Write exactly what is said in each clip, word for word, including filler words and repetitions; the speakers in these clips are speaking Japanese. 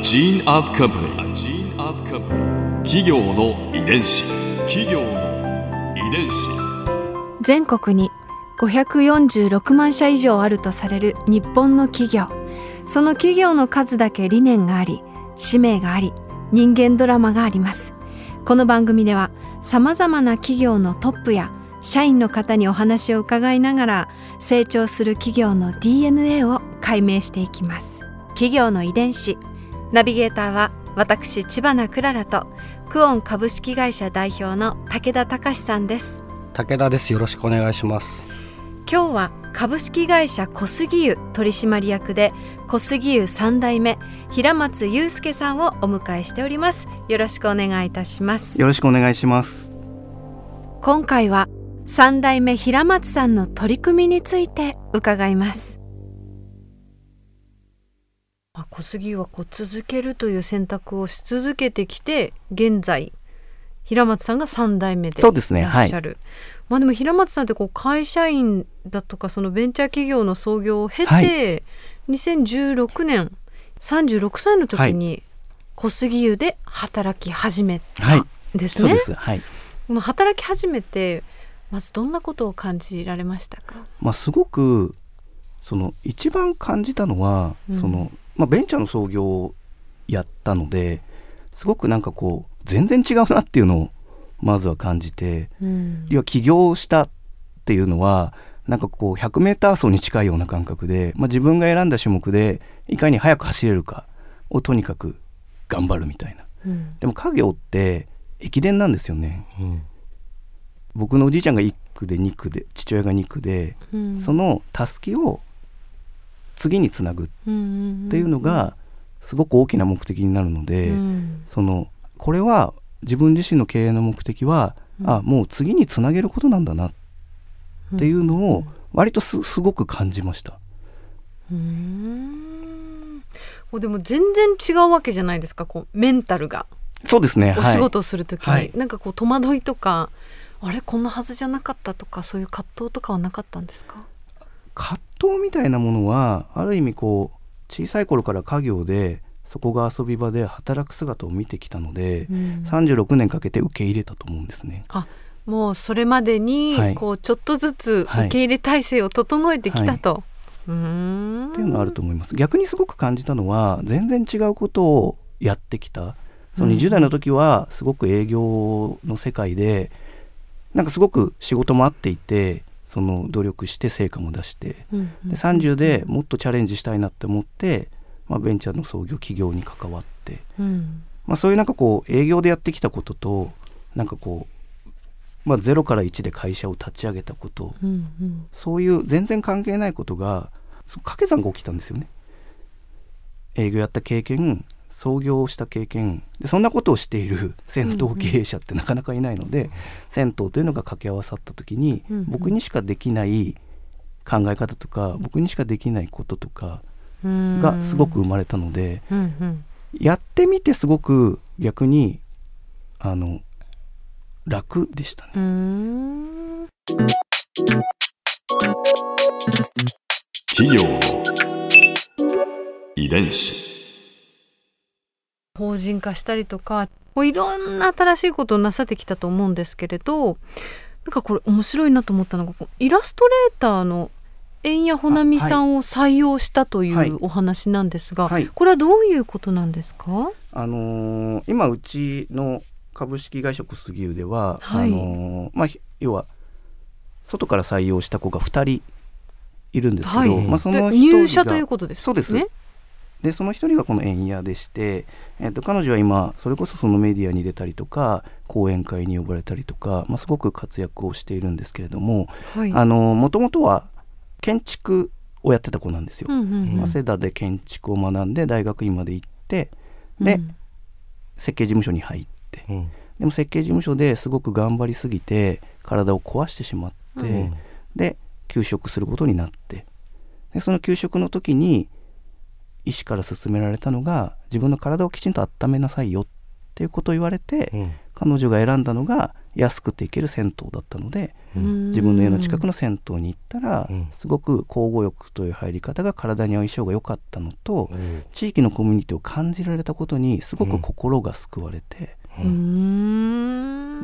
gene of company. A gene of company. 企業の遺伝子。企業の遺伝子。 全国にごひゃくよんじゅうろくまんしゃ以上あるとされる日本の企業。その企業の数だけ理念があり、使命があり、人間ドラマがあります。この番組ではさまざまな企業のトップや社員の方にお話を伺いながら、成長する企業の ディーエヌエー を解明していきます。企業の遺伝子。ナビゲーターは私知花くららと、クオン株式会社代表の武田隆さんです。 武田です。よろしくお願いします。 今日は株式会社小杉湯取締役で小杉湯さん代目平松祐介さんをお迎えしております。よろしくお願いいたします。 よろしくお願いします。 今回はさん代目平松さんの取り組みについて伺います。小杉湯はこう続けるという選択をし続けてきて、現在平松さんがさん代目でいらっしゃる。そうですね、はい。まあ、でも平松さんってこう会社員だとかそのベンチャー企業の創業を経て、はい、にせんじゅうろくねんさんじゅうろくさいの時に小杉湯で働き始めたんですね。はい、そうです。はい。この働き始めてまずどんなことを感じられましたか？ まあ、すごくその一番感じたのは、うん、そのまあ、ベンチャーの創業をやったのですごくなんかこう全然違うなっていうのをまずは感じて、うん、要は起業したっていうのはなんかこうひゃくメーター走に近いような感覚で、まあ、自分が選んだ種目でいかに速く走れるかをとにかく頑張るみたいな、うん、でも家業って駅伝なんですよね、うん、僕のおじいちゃんがいっ区でに区で父親がに区で、うん、そのたすきを次につなぐっていうのがすごく大きな目的になるので、うん、そのこれは自分自身の経営の目的は、うん、あもう次につなげることなんだなっていうのを割と す, すごく感じました。 うーんもうでも全然違うわけじゃないですか、こうメンタルが。 そうですね、 お仕事をするときに、 はい、 なんかこう戸惑いとか、あれこんなはずじゃなかったとか、そういう葛藤とかはなかったんですか？ 葛藤みたいなものはある意味こう小さい頃から家業でそこが遊び場で働く姿を見てきたので、うん、さんじゅうろくねんかけて受け入れたと思うんですね。 あもうそれまでに、はい、こうちょっとずつ受け入れ体制を整えてきたと、はいはい、うーんっていうのはあると思います。逆にすごく感じたのは全然違うことをやってきた。そのにじゅう代の時はすごく営業の世界でなんかすごく仕事もあっていて、その努力して成果も出して、うんうん、でさんじゅうでもっとチャレンジしたいなって思って、まあ、ベンチャーの創業企業に関わって、うんまあ、そういうなんかこう営業でやってきたこととなんかこう、まあ、ゼロからいちで会社を立ち上げたこと、うんうん、そういう全然関係ないことが掛け算が起きたんですよね。営業やった経験、創業した経験で、そんなことをしている銭湯経営者ってなかなかいないので、うんうん、銭湯というのが掛け合わさった時に、うんうん、僕にしかできない考え方とか僕にしかできないこととかがすごく生まれたので、うんうん、やってみてすごく逆にあの楽でしたね。うーん企業の遺伝子。 法人化したりとかいろんな新しいことをなさってきたと思うんですけれど、なんかこれ面白いなと思ったのが、イラストレーターの円谷穂波さんを採用したというお話なんですが、はいはい、これはどういうことなんですか？ あのー、今うちの株式会社小杉湯では、はいあのーまあ、要は外から採用した子がふたりいるんですけど、はいまあ、その一人が入社ということですね。 そうです。でその一人がこの円谷でして、えー、と彼女は今それこそそのメディアに出たりとか講演会に呼ばれたりとか、まあ、すごく活躍をしているんですけれども、はい、あのもともとは建築をやってた子なんですよ、うんうんうんまあ、早稲田で建築を学んで大学院まで行ってで、うん、設計事務所に入って、うん、でも設計事務所ですごく頑張りすぎて体を壊してしまって、うん、で休職することになって、でその休職の時に医師から勧められたのが自分の体をきちんと温めなさいよっていうことを言われて、うん、彼女が選んだのが安くて行ける銭湯だったので、 うん、 自分の家の近くの銭湯に行ったら、 うん、 すごく交互浴という入り方が体に相性が良かったのと、 うん、 地域のコミュニティを感じられたことにすごく心が救われて、 うん、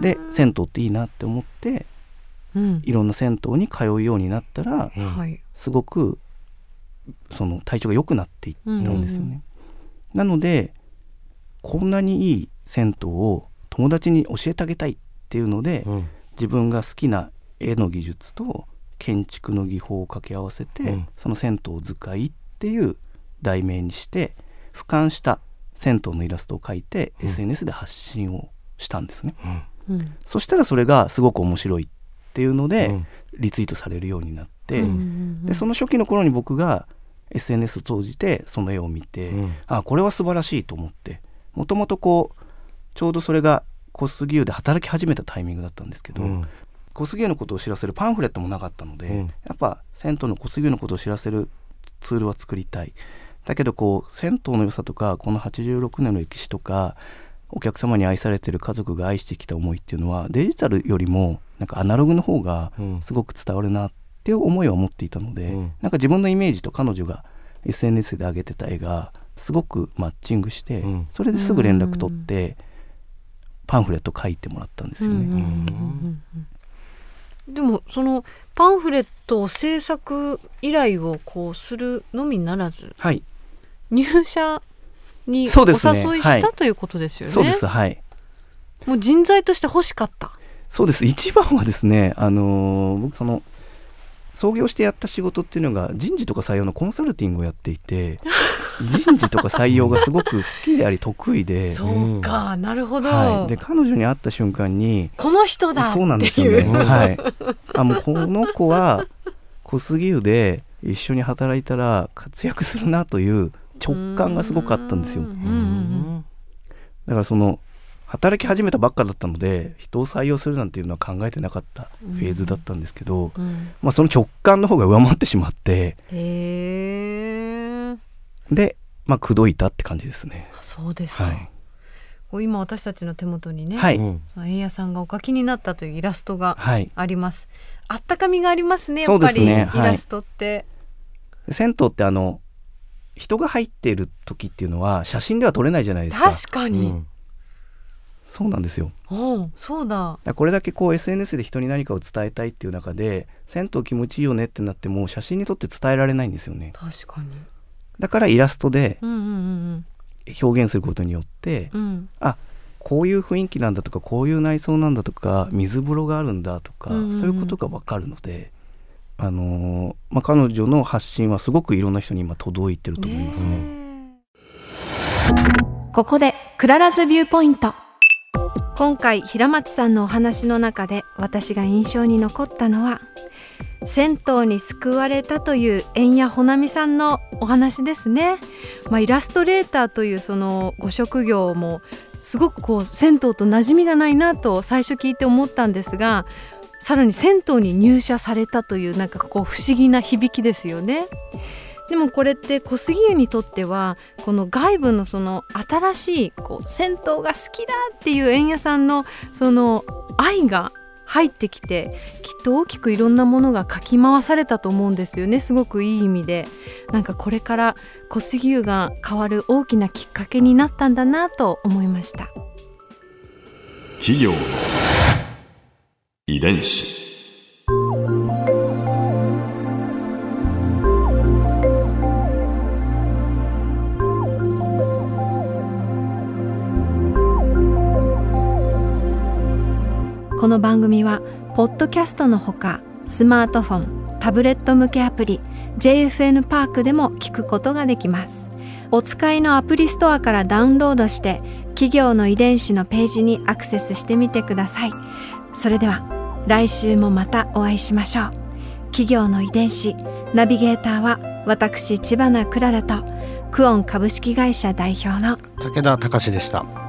で銭湯っていいなって思って、 うん、 いろんな銭湯に通うようになったら、 うん、 すごくその体調が良くなっていったんですよね、うん、なのでこんなにいい銭湯を友達に教えてあげたいっていうので、うん、自分が好きな絵の技術と建築の技法を掛け合わせて、うん、その銭湯使いっていう題名にして俯瞰した銭湯のイラストを描いて、うん、エスエヌエス で発信をしたんですね、うん、そしたらそれがすごく面白いっていうので、うん、リツイートされるようになって、うん、でその初期の頃に僕が エスエヌエス を通じてその絵を見て、うん、あこれは素晴らしいと思って、もともとこうちょうどそれが小杉湯で働き始めたタイミングだったんですけど、うん、小杉湯のことを知らせるパンフレットもなかったので、うん、やっぱ銭湯の小杉湯のことを知らせるツールは作りたい。だけどこう銭湯の良さとかこのはちじゅうろくねんの歴史とかお客様に愛されている家族が愛してきた思いっていうのはデジタルよりもなんかアナログの方がすごく伝わるなっていう思いは持っていたので、うん、なんか自分のイメージと彼女が エスエヌエス で上げてた絵がすごくマッチングして、うん、それですぐ連絡取ってパンフレット書いてもらったんですよね、うんうんうんうん、でもそのパンフレットを制作依頼をこうするのみならず、 はい、 入社にお誘いしたということですよね。 そうです、はい。 もう人材として欲しかった。 そうです。一番はですね、あのー、僕その創業してやった仕事っていうのが人事とか採用のコンサルティングをやっていて人事とか採用がすごく好きであり得意でそうか、なるほど、 はい、で彼女に会った瞬間にこの人だっていう、 そうなんですよね、はい、あもうこの子は小杉湯で一緒に働いたら活躍するなという直感がすごくあったんですよ。うんうん、だからその働き始めたばっかだったので人を採用するなんていうのは考えてなかったフェーズだったんですけど、うんうんまあ、その直感の方が上回ってしまってへで、まあ、口説いたって感じですね。 そうですか、はい、今私たちの手元にね、 はい、 円谷さんがお描きになったというイラストがあります、 はい、 あったかみがありますねやっぱり、ね、イラストって、 はい、銭湯ってあの人が入っている時っていうのは写真では撮れないじゃないですか。 確かに、うん、 そうなんですよ。 おそうだ。 これだけこう エスエヌエス で人に何かを伝えたいっていう中で銭湯気持ちいいよねってなっても写真に撮って伝えられないんですよね。 確かに。 だからイラストでうんうんうんうん表現することによって、うん、あこういう雰囲気なんだとかこういう内装なんだとか水風呂があるんだとか、うんうんうん、そういうことが分かるので、あのーまあ、彼女の発信はすごくいろんな人に今届いてると思いますね。 ここでクララズビューポイント。今回平松さんのお話の中で私が印象に残ったのは銭湯に救われたという円谷穂波さんのお話ですね。まあ、イラストレーターというそのご職業もすごくこう銭湯と馴染みがないなと最初聞いて思ったんですが、さらに銭湯に入社されたというなんかこう不思議な響きですよね。でもこれって小杉湯にとってはこの外部のその新しいこう銭湯が好きだっていう円谷さんのその愛が入ってきてきっと大きくいろんなものがかき回されたと思うんですよね。すごくいい意味でなんかこれから小杉湯が変わる大きなきっかけになったんだなと思いました。 企業の遺伝子。 この番組はポッドキャストのほかスマートフォン、タブレット向けアプリ ジェイエフエヌ パークでも聞くことができます。お使いのアプリストアからダウンロードして企業の遺伝子のページにアクセスしてみてください。それでは来週もまたお会いしましょう。企業の遺伝子ナビゲーターは私千葉なクララとクオン株式会社代表の武田隆でした。